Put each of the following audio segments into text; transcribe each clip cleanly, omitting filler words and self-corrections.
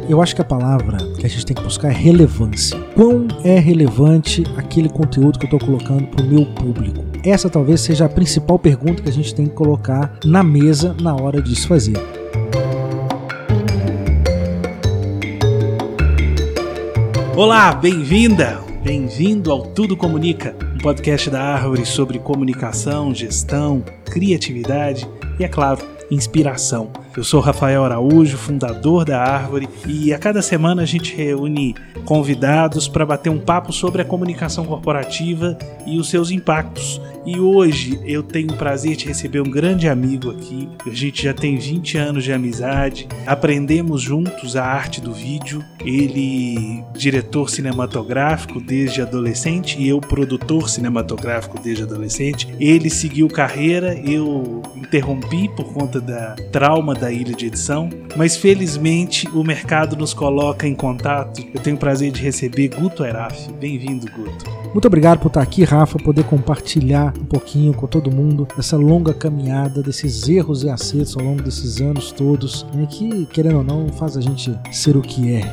Eu acho que a palavra que a gente tem que buscar é relevância. Quão é relevante aquele conteúdo que eu estou colocando para o meu público? Essa talvez seja a principal pergunta que a gente tem que colocar na mesa na hora de se fazer. Olá, bem-vinda! Bem-vindo ao Tudo Comunica, um podcast da Árvore sobre comunicação, gestão, criatividade e, é claro, inspiração. Eu sou Rafael Araújo, fundador da Árvore, e a cada semana a gente reúne convidados para bater um papo sobre a comunicação corporativa e os seus impactos. E hoje eu tenho o prazer de receber um grande amigo aqui. A gente já tem 20 anos de amizade, aprendemos juntos a arte do vídeo. Ele, diretor cinematográfico desde adolescente, e eu, produtor cinematográfico desde adolescente. Ele seguiu carreira, eu interrompi por conta da trauma da ilha de edição, mas felizmente o mercado nos coloca em contato. Eu tenho o prazer de receber Guto Eraf. Bem-vindo, Guto. Muito obrigado por estar aqui, Rafa, poder compartilhar um pouquinho com todo mundo dessa longa caminhada, desses erros e acertos ao longo desses anos todos, né, que, querendo ou não, faz a gente ser o que é.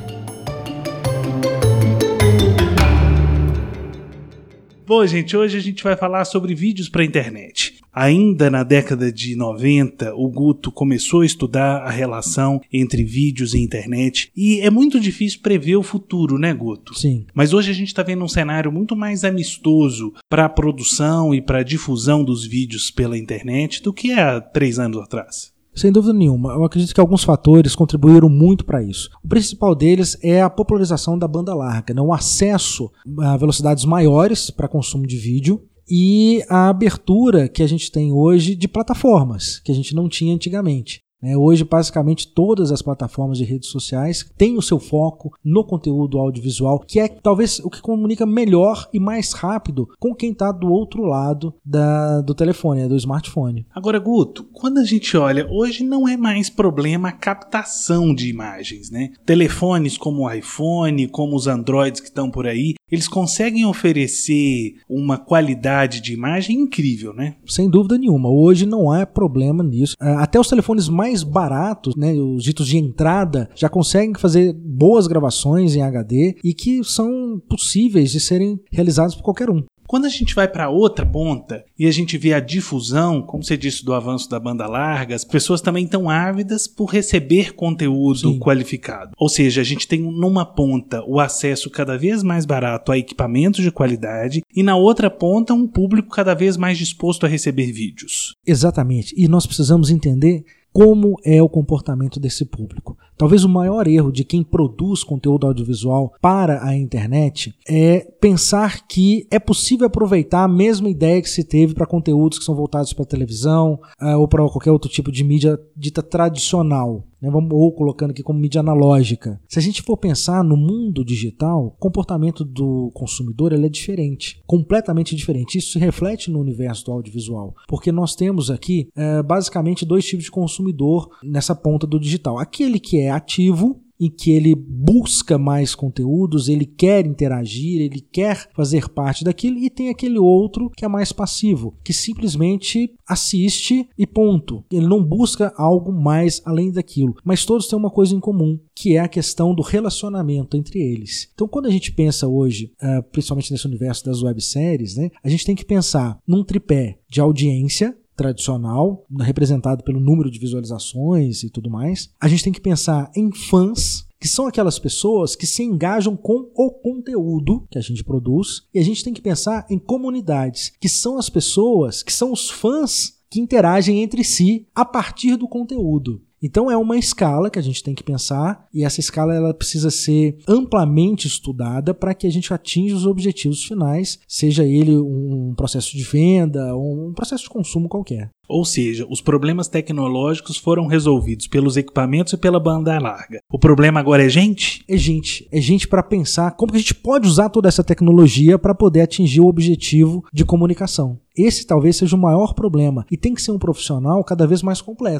Bom, gente, hoje a gente vai falar sobre vídeos para a internet. Ainda na década de 90, o Guto começou a estudar a relação entre vídeos e internet, e é muito difícil prever o futuro, né, Guto? Sim. Mas hoje a gente está vendo um cenário muito mais amistoso para a produção e para a difusão dos vídeos pela internet do que há 3 anos atrás. Sem dúvida nenhuma, eu acredito que alguns fatores contribuíram muito para isso. O principal deles é a popularização da banda larga, né? O acesso a velocidades maiores para consumo de vídeo e a abertura que a gente tem hoje de plataformas, que a gente não tinha antigamente. Hoje, basicamente, todas as plataformas de redes sociais têm o seu foco no conteúdo audiovisual, que é talvez o que comunica melhor e mais rápido com quem está do outro lado do telefone, do smartphone. Agora, Guto, quando a gente olha, hoje não é mais problema a captação de imagens, né? Telefones como o iPhone, como os Androids que estão por aí, eles conseguem oferecer uma qualidade de imagem incrível, né? Sem dúvida nenhuma. Hoje não há problema nisso. Até os telefones mais baratos, né, os ditos de entrada, já conseguem fazer boas gravações em HD e que são possíveis de serem realizadas por qualquer um. Quando a gente vai para outra ponta e a gente vê a difusão, como você disse, do avanço da banda larga, as pessoas também estão ávidas por receber conteúdo qualificado. Ou seja, a gente tem numa ponta o acesso cada vez mais barato a equipamentos de qualidade e na outra ponta um público cada vez mais disposto a receber vídeos. Exatamente. E nós precisamos entender como é o comportamento desse público. Talvez o maior erro de quem produz conteúdo audiovisual para a internet é pensar que é possível aproveitar a mesma ideia que se teve para conteúdos que são voltados para a televisão ou para qualquer outro tipo de mídia dita tradicional, né? Ou colocando aqui como mídia analógica. Se a gente for pensar no mundo digital, o comportamento do consumidor ele é diferente, completamente diferente. Isso se reflete no universo do audiovisual, porque nós temos aqui basicamente 2 tipos de consumidor nessa ponta do digital. Aquele que é ativo, em que ele busca mais conteúdos, ele quer interagir, ele quer fazer parte daquilo, e tem aquele outro que é mais passivo, que simplesmente assiste e ponto. Ele não busca algo mais além daquilo, mas todos têm uma coisa em comum, que é a questão do relacionamento entre eles. Então, quando a gente pensa hoje, principalmente nesse universo das webséries, né, a gente tem que pensar num tripé de audiência tradicional, representado pelo número de visualizações e tudo mais. A gente tem que pensar em fãs, que são aquelas pessoas que se engajam com o conteúdo que a gente produz, e a gente tem que pensar em comunidades, que são as pessoas, que são os fãs que interagem entre si a partir do conteúdo. Então é uma escala que a gente tem que pensar, e essa escala ela precisa ser amplamente estudada para que a gente atinja os objetivos finais, seja ele um processo de venda ou um processo de consumo qualquer. Ou seja, os problemas tecnológicos foram resolvidos pelos equipamentos e pela banda larga. O problema agora é gente? É gente para pensar como que a gente pode usar toda essa tecnologia para poder atingir o objetivo de comunicação. Esse talvez seja o maior problema, e tem que ser um profissional cada vez mais completo.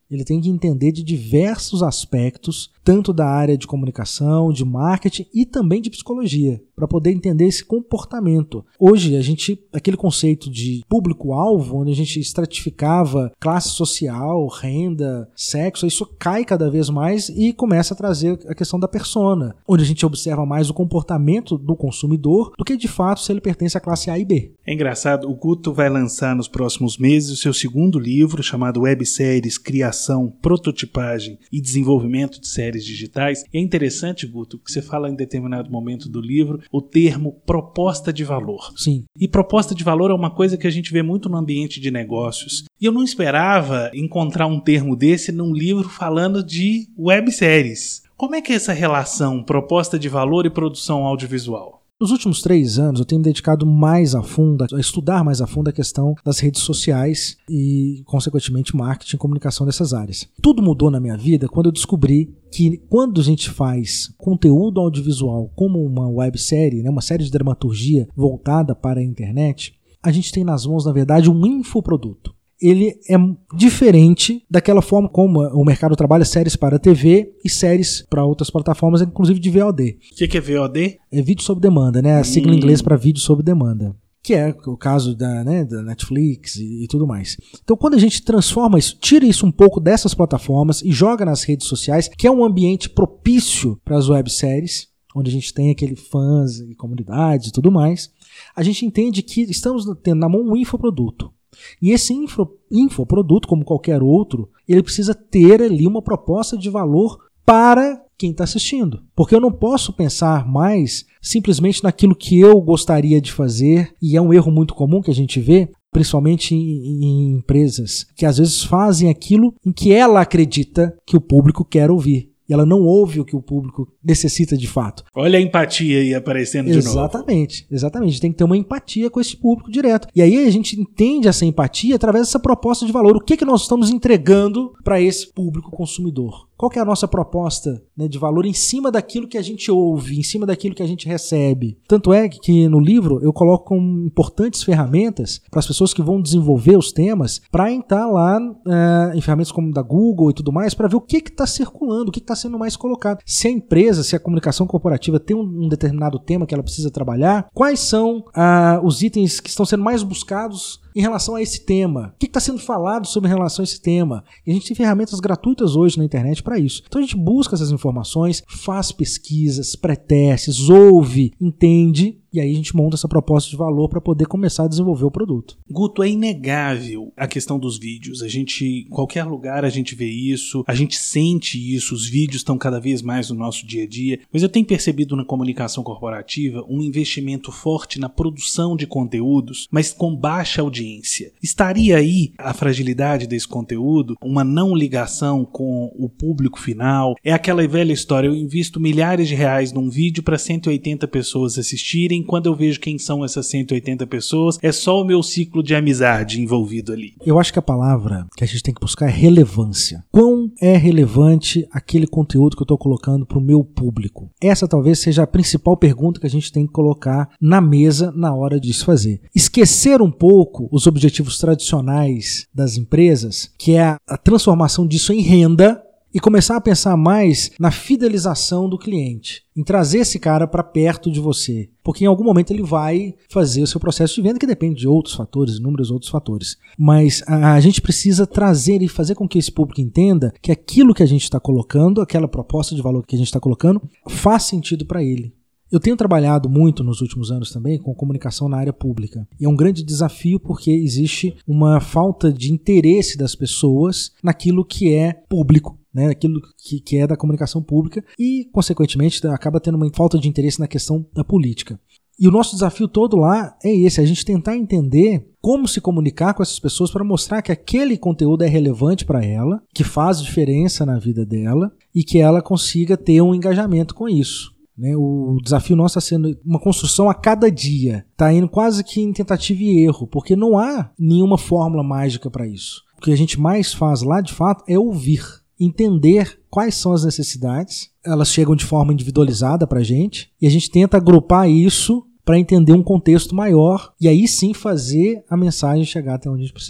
Ele tem que entender de diversos aspectos, tanto da área de comunicação, de marketing e também de psicologia, para poder entender esse comportamento. Hoje, aquele conceito de público-alvo, onde a gente estratificava classe social, renda, sexo, isso cai cada vez mais e começa a trazer a questão da persona, onde a gente observa mais o comportamento do consumidor do que de fato se ele pertence à classe A e B. É engraçado, o Guto vai lançar nos próximos meses o seu segundo livro, chamado Webséries, Criação, Prototipagem e Desenvolvimento de Séries Digitais. E é interessante, Guto, que você fala em determinado momento do livro o termo proposta de valor. Sim. E proposta de valor é uma coisa que a gente vê muito no ambiente de negócios. E eu não esperava encontrar um termo desse num livro falando de webséries. Como é que é essa relação proposta de valor e produção audiovisual? Nos últimos 3 anos, eu tenho me dedicado mais a fundo, a estudar mais a fundo a questão das redes sociais e, consequentemente, marketing e comunicação dessas áreas. Tudo mudou na minha vida quando eu descobri que quando a gente faz conteúdo audiovisual como uma websérie, uma série de dramaturgia voltada para a internet, a gente tem nas mãos, na verdade, um infoproduto. Ele é diferente daquela forma como o mercado trabalha séries para TV e séries para outras plataformas, inclusive de VOD. O que é VOD? É vídeo sob demanda, né? A sigla em inglês para vídeo sob demanda, que é o caso da Netflix e tudo mais. Então, quando a gente transforma isso, tira isso um pouco dessas plataformas e joga nas redes sociais, que é um ambiente propício para as webséries, onde a gente tem aquele fãs e comunidades e tudo mais, a gente entende que estamos tendo na mão um infoproduto. E esse infoproduto, como qualquer outro, ele precisa ter ali uma proposta de valor para quem está assistindo. Porque eu não posso pensar mais simplesmente naquilo que eu gostaria de fazer, e é um erro muito comum que a gente vê, principalmente em empresas, que às vezes fazem aquilo em que ela acredita que o público quer ouvir. E ela não ouve o que o público necessita de fato. Olha a empatia aí aparecendo de novo. Exatamente. A gente tem que ter uma empatia com esse público direto. E aí a gente entende essa empatia através dessa proposta de valor. O que nós estamos entregando para esse público consumidor? Qual que é a nossa proposta, de valor em cima daquilo que a gente ouve, em cima daquilo que a gente recebe? Tanto é que no livro eu coloco como importantes ferramentas para as pessoas que vão desenvolver os temas, para entrar lá em ferramentas como da Google e tudo mais, para ver o que está circulando, o que está sendo mais colocado. Se a empresa, se a comunicação corporativa tem um determinado tema que ela precisa trabalhar, quais são os itens que estão sendo mais buscados em relação a esse tema? O que está sendo falado sobre relação a esse tema? E a gente tem ferramentas gratuitas hoje na internet para isso. Então a gente busca essas informações, faz pesquisas, pré-testes, ouve, entende, e aí a gente monta essa proposta de valor para poder começar a desenvolver o produto. Guto, é inegável a questão dos vídeos. Em qualquer lugar a gente vê isso, a gente sente isso, os vídeos estão cada vez mais no nosso dia a dia. Mas eu tenho percebido na comunicação corporativa um investimento forte na produção de conteúdos, mas com baixa audiência. Estaria aí a fragilidade desse conteúdo, uma não ligação com o público final? É aquela velha história, eu invisto milhares de reais num vídeo para 180 pessoas assistirem, quando eu vejo quem são essas 180 pessoas, é só o meu ciclo de amizade envolvido ali. Eu acho que a palavra que a gente tem que buscar é relevância. Quão é relevante aquele conteúdo que eu estou colocando para o meu público? Essa talvez seja a principal pergunta que a gente tem que colocar na mesa na hora de se fazer. Esquecer um pouco os objetivos tradicionais das empresas, que é a transformação disso em renda, e começar a pensar mais na fidelização do cliente, em trazer esse cara para perto de você, porque em algum momento ele vai fazer o seu processo de venda, que depende de outros fatores, inúmeros outros fatores. Mas a gente precisa trazer e fazer com que esse público entenda que aquilo que a gente está colocando, aquela proposta de valor que a gente está colocando, faz sentido para ele. Eu tenho trabalhado muito nos últimos anos também com comunicação na área pública. E é um grande desafio porque existe uma falta de interesse das pessoas naquilo que é público, aquilo que é da comunicação pública e, consequentemente, acaba tendo uma falta de interesse na questão da política. E o nosso desafio todo lá é esse, a gente tentar entender como se comunicar com essas pessoas para mostrar que aquele conteúdo é relevante para ela, que faz diferença na vida dela e que ela consiga ter um engajamento com isso. O desafio nosso está sendo uma construção a cada dia. Está indo quase que em tentativa e erro, porque não há nenhuma fórmula mágica para isso. O que a gente mais faz lá, de fato, é ouvir, entender quais são as necessidades. Elas chegam de forma individualizada para a gente e a gente tenta agrupar isso para entender um contexto maior e aí sim fazer a mensagem chegar até onde a gente precisa.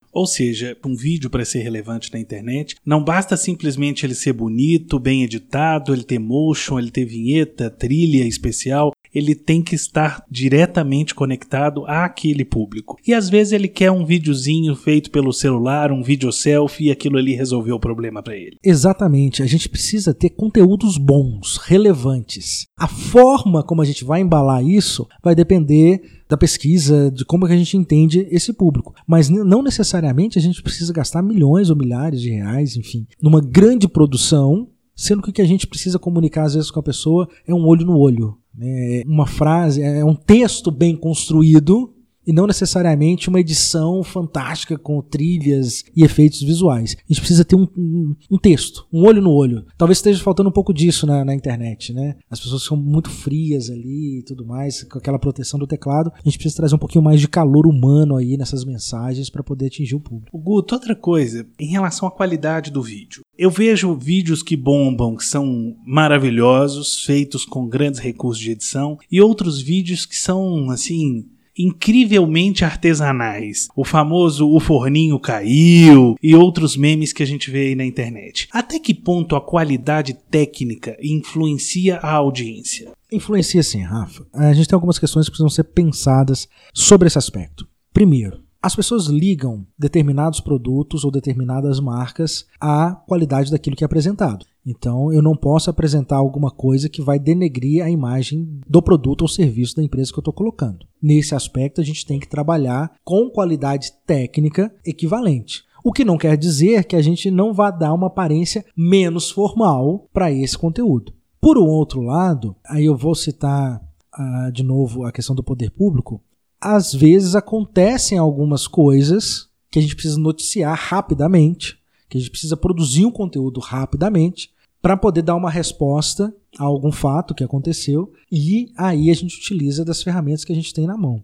Ou seja, um vídeo para ser relevante na internet, não basta simplesmente ele ser bonito, bem editado, ele ter motion, ele ter vinheta, trilha especial. Ele tem que estar diretamente conectado àquele público. E às vezes ele quer um videozinho feito pelo celular, um vídeo selfie, e aquilo ali resolveu o problema para ele. Exatamente. A gente precisa ter conteúdos bons, relevantes. A forma como a gente vai embalar isso vai depender da pesquisa, de como que a gente entende esse público. Mas não necessariamente a gente precisa gastar milhões ou milhares de reais, enfim, numa grande produção, sendo que o que a gente precisa comunicar às vezes com a pessoa é um olho no olho. É uma frase, é um texto bem construído e não necessariamente uma edição fantástica com trilhas e efeitos visuais. A gente precisa ter um texto, um olho no olho. Talvez esteja faltando um pouco disso na internet, né? As pessoas são muito frias ali e tudo mais, com aquela proteção do teclado. A gente precisa trazer um pouquinho mais de calor humano aí nessas mensagens para poder atingir o público. Guto, outra coisa, em relação à qualidade do vídeo. Eu vejo vídeos que bombam, que são maravilhosos, feitos com grandes recursos de edição, e outros vídeos que são, assim, incrivelmente artesanais. O famoso "o forninho caiu" e outros memes que a gente vê aí na internet. Até que ponto a qualidade técnica influencia a audiência? Influencia sim, Rafa. A gente tem algumas questões que precisam ser pensadas sobre esse aspecto. Primeiro, as pessoas ligam determinados produtos ou determinadas marcas à qualidade daquilo que é apresentado. Então, eu não posso apresentar alguma coisa que vai denegrir a imagem do produto ou serviço da empresa que eu estou colocando. Nesse aspecto, a gente tem que trabalhar com qualidade técnica equivalente. O que não quer dizer que a gente não vá dar uma aparência menos formal para esse conteúdo. Por um outro lado, aí eu vou citar de novo a questão do poder público. Às vezes acontecem algumas coisas que a gente precisa noticiar rapidamente, que a gente precisa produzir um conteúdo rapidamente para poder dar uma resposta a algum fato que aconteceu, e aí a gente utiliza das ferramentas que a gente tem na mão.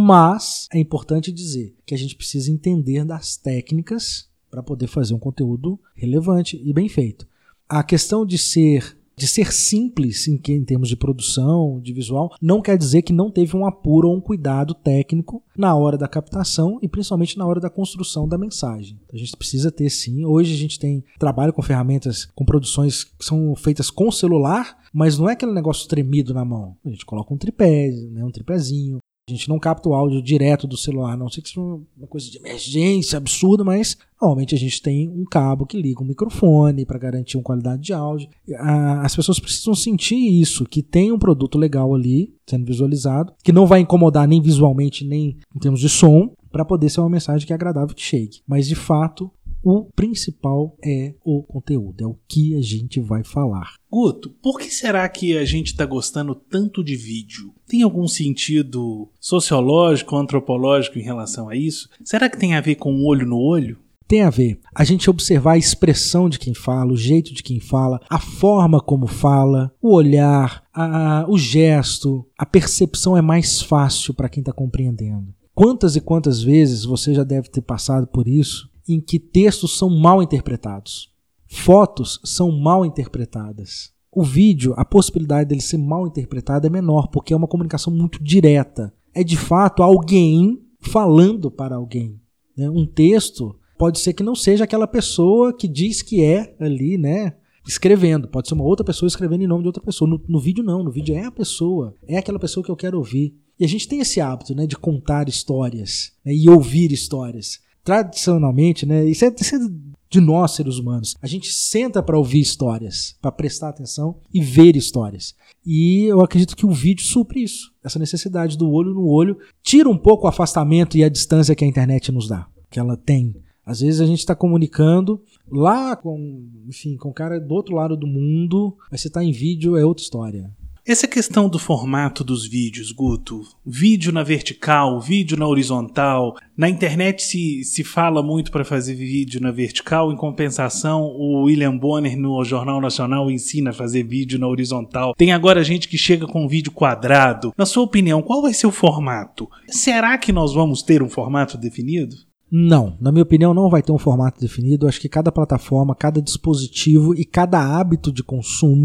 Mas é importante dizer que a gente precisa entender das técnicas para poder fazer um conteúdo relevante e bem feito. A questão de ser simples em termos de produção, de visual, não quer dizer que não teve um apuro ou um cuidado técnico na hora da captação e principalmente na hora da construção da mensagem. A gente precisa ter sim. Hoje a gente tem trabalho com ferramentas, com produções que são feitas com celular, mas não é aquele negócio tremido na mão. A gente coloca um tripé, né, um tripézinho. A gente não capta o áudio direto do celular, não sei que seja uma coisa de emergência absurda, mas normalmente a gente tem um cabo que liga um microfone para garantir uma qualidade de áudio. As pessoas precisam sentir isso, que tem um produto legal ali sendo visualizado, que não vai incomodar nem visualmente, nem em termos de som, para poder ser uma mensagem que é agradável, que chegue. Mas de fato, o principal é o conteúdo, é o que a gente vai falar. Guto, por que será que a gente está gostando tanto de vídeo? Tem algum sentido sociológico, antropológico em relação a isso? Será que tem a ver com o olho no olho? Tem a ver. A gente observar a expressão de quem fala, o jeito de quem fala, a forma como fala, o olhar, o gesto, a percepção é mais fácil para quem está compreendendo. Quantas e quantas vezes você já deve ter passado por isso, em que textos são mal interpretados, fotos são mal interpretadas. O vídeo, a possibilidade dele ser mal interpretado é menor, porque é uma comunicação muito direta. É de fato alguém falando para alguém. Né? Um texto pode ser que não seja aquela pessoa que diz que é ali, né, escrevendo. Pode ser uma outra pessoa escrevendo em nome de outra pessoa. No vídeo não, no vídeo é a pessoa, é aquela pessoa que eu quero ouvir. E a gente tem esse hábito, né, de contar histórias, né, e ouvir histórias. Tradicionalmente, né, isso é de nós, seres humanos. A gente senta para ouvir histórias, para prestar atenção e ver histórias. E eu acredito que o vídeo supre isso, essa necessidade do olho no olho, tira um pouco o afastamento e a distância que a internet nos dá, que ela tem. Às vezes a gente está comunicando lá com o cara do outro lado do mundo, mas se está em vídeo é outra história. Essa questão do formato dos vídeos, Guto, vídeo na vertical, vídeo na horizontal, na internet se fala muito para fazer vídeo na vertical, em compensação o William Bonner no Jornal Nacional ensina a fazer vídeo na horizontal. Tem agora gente que chega com vídeo quadrado. Na sua opinião, qual vai ser o formato? Será que nós vamos ter um formato definido? Não, na minha opinião não vai ter um formato definido. Eu acho que cada plataforma, cada dispositivo e cada hábito de consumo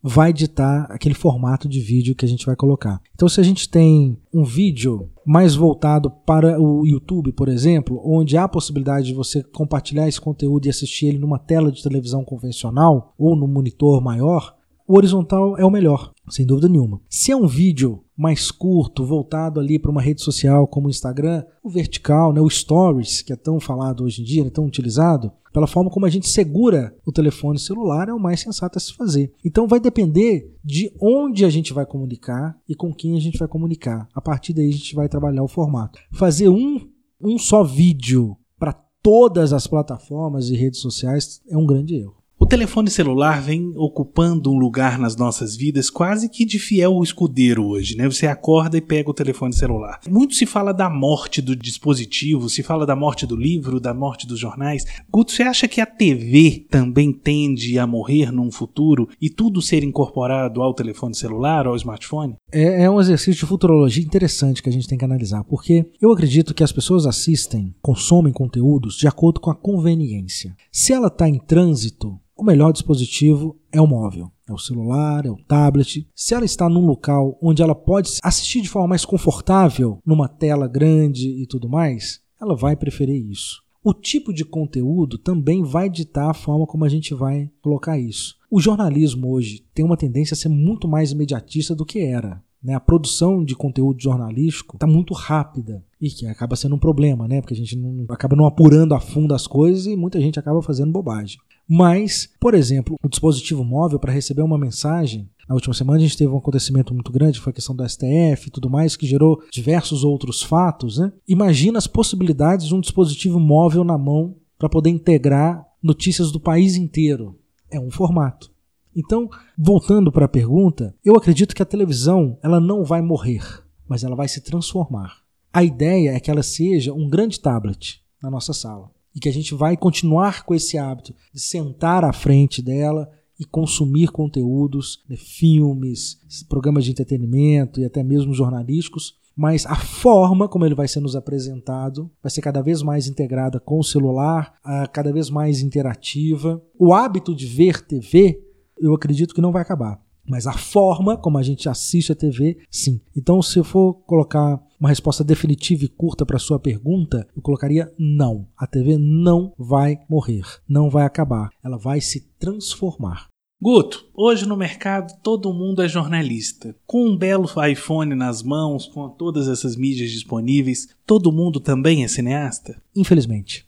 vai ditar aquele formato de vídeo que a gente vai colocar. Então, se a gente tem um vídeo mais voltado para o YouTube, por exemplo, onde há a possibilidade de você compartilhar esse conteúdo e assistir ele numa tela de televisão convencional ou num monitor maior, o horizontal é o melhor, sem dúvida nenhuma. Se é um vídeo mais curto, voltado ali para uma rede social como o Instagram, o vertical, né, o Stories, que é tão falado hoje em dia, é tão utilizado, pela forma como a gente segura o telefone celular, é o mais sensato a se fazer. Então vai depender de onde a gente vai comunicar e com quem a gente vai comunicar. A partir daí a gente vai trabalhar o formato. Fazer um só vídeo para todas as plataformas e redes sociais é um grande erro. O telefone celular vem ocupando um lugar nas nossas vidas quase que de fiel escudeiro hoje, né? Você acorda e pega o telefone celular. Muito se fala da morte do dispositivo, se fala da morte do livro, da morte dos jornais. Guto, você acha que a TV também tende a morrer num futuro e tudo ser incorporado ao telefone celular, ao smartphone? É um exercício de futurologia interessante que a gente tem que analisar, porque eu acredito que as pessoas consomem conteúdos de acordo com a conveniência. Se ela está em trânsito, o melhor dispositivo é o móvel, é o celular, é o tablet. Se ela está num local onde ela pode assistir de forma mais confortável, numa tela grande e tudo mais, ela vai preferir isso. O tipo de conteúdo também vai ditar a forma como a gente vai colocar isso. O jornalismo hoje tem uma tendência a ser muito mais imediatista do que era. A produção de conteúdo jornalístico está muito rápida e que acaba sendo um problema, né? Porque a gente acaba não apurando a fundo as coisas e muita gente acaba fazendo bobagem. Mas, por exemplo, o dispositivo móvel para receber uma mensagem, na última semana a gente teve um acontecimento muito grande, foi a questão do STF e tudo mais, que gerou diversos outros fatos, né? Imagina as possibilidades de um dispositivo móvel na mão para poder integrar notícias do país inteiro. É um formato. Então, voltando para a pergunta, eu acredito que a televisão ela não vai morrer, mas ela vai se transformar. A ideia é que ela seja um grande tablet na nossa sala e que a gente vai continuar com esse hábito de sentar à frente dela e consumir conteúdos, filmes, programas de entretenimento e até mesmo jornalísticos, mas a forma como ele vai ser nos apresentado vai ser cada vez mais integrada com o celular, cada vez mais interativa. O hábito de ver TV eu acredito que não vai acabar. Mas a forma como a gente assiste a TV, sim. Então, se eu for colocar uma resposta definitiva e curta para a sua pergunta, eu colocaria não. A TV não vai morrer, não vai acabar. Ela vai se transformar. Guto, hoje no mercado todo mundo é jornalista. Com um belo iPhone nas mãos, com todas essas mídias disponíveis, todo mundo também é cineasta? Infelizmente.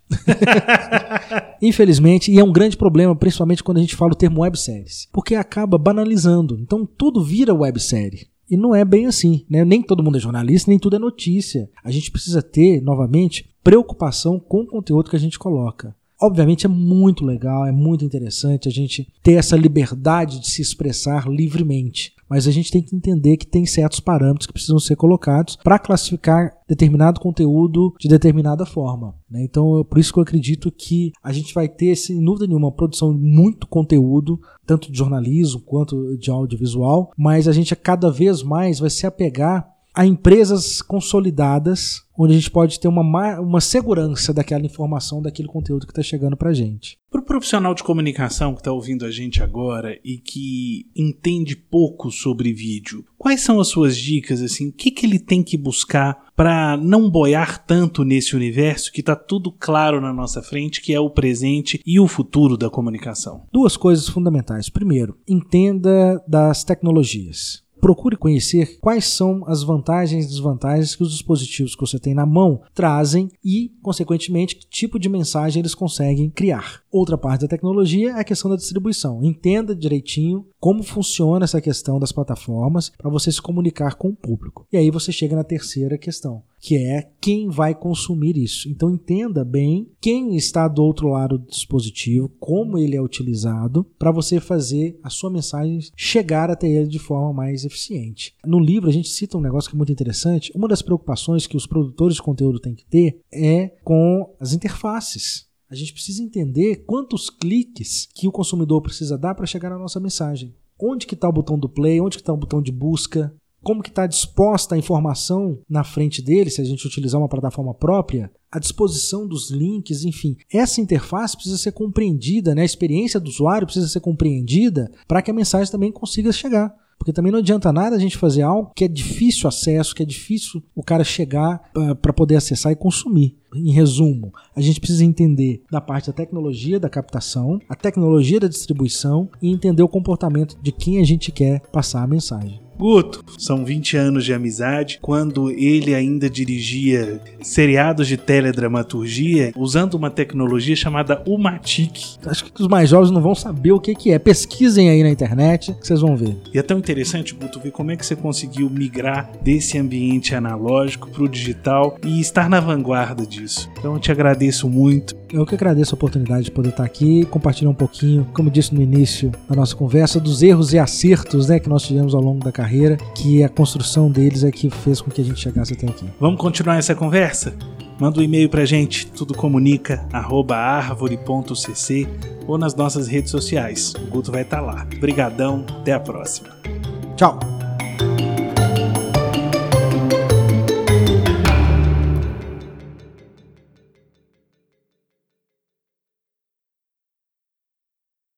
Infelizmente, e é um grande problema, principalmente quando a gente fala o termo webséries, porque acaba banalizando. Então tudo vira websérie. E não é bem assim, né? Nem todo mundo é jornalista, nem tudo é notícia. A gente precisa ter, novamente, preocupação com o conteúdo que a gente coloca. Obviamente é muito legal, é muito interessante a gente ter essa liberdade de se expressar livremente, mas a gente tem que entender que tem certos parâmetros que precisam ser colocados para classificar determinado conteúdo de determinada forma, né? Então, por isso que eu acredito que a gente vai ter, sem dúvida nenhuma, uma produção de muito conteúdo, tanto de jornalismo quanto de audiovisual, mas a gente cada vez mais vai se apegar a empresas consolidadas, onde a gente pode ter uma segurança daquela informação, daquele conteúdo que está chegando para a gente. Para o profissional de comunicação que está ouvindo a gente agora e que entende pouco sobre vídeo, quais são as suas dicas? Assim, o que ele tem que buscar para não boiar tanto nesse universo que está tudo claro na nossa frente, que é o presente e o futuro da comunicação? Duas coisas fundamentais. Primeiro, entenda das tecnologias. Procure conhecer quais são as vantagens e desvantagens que os dispositivos que você tem na mão trazem e, consequentemente, que tipo de mensagem eles conseguem criar. Outra parte da tecnologia é a questão da distribuição. Entenda direitinho como funciona essa questão das plataformas para você se comunicar com o público. E aí você chega na terceira questão, que é quem vai consumir isso. Então entenda bem quem está do outro lado do dispositivo, como ele é utilizado, para você fazer a sua mensagem chegar até ele de forma mais eficiente. No livro a gente cita um negócio que é muito interessante. Uma das preocupações que os produtores de conteúdo têm que ter é com as interfaces. A gente precisa entender quantos cliques que o consumidor precisa dar para chegar na nossa mensagem. Onde que está o botão do play, onde que está o botão de busca, como que está disposta a informação na frente dele, se a gente utilizar uma plataforma própria, a disposição dos links, enfim. Essa interface precisa ser compreendida, né? A experiência do usuário precisa ser compreendida para que a mensagem também consiga chegar. Porque também não adianta nada a gente fazer algo que é difícil acesso, que é difícil o cara chegar para poder acessar e consumir. Em resumo, a gente precisa entender da parte da tecnologia da captação, a tecnologia da distribuição e entender o comportamento de quem a gente quer passar a mensagem. Guto, são 20 anos de amizade, quando ele ainda dirigia seriados de teledramaturgia, usando uma tecnologia chamada Umatic. Acho que os mais jovens não vão saber o que é. Pesquisem aí na internet que vocês vão ver. E é tão interessante, Guto, ver como é que você conseguiu migrar desse ambiente analógico para o digital e estar na vanguarda disso. Então eu te agradeço muito. Eu que agradeço a oportunidade de poder estar aqui e compartilhar um pouquinho, como disse no início da nossa conversa, dos erros e acertos, né, que nós tivemos ao longo da carreira, que a construção deles é que fez com que a gente chegasse até aqui. Vamos continuar essa conversa? Manda um e-mail pra gente, tudocomunica@arvore.cc ou nas nossas redes sociais. O Guto vai estar lá. Obrigadão, até a próxima. Tchau!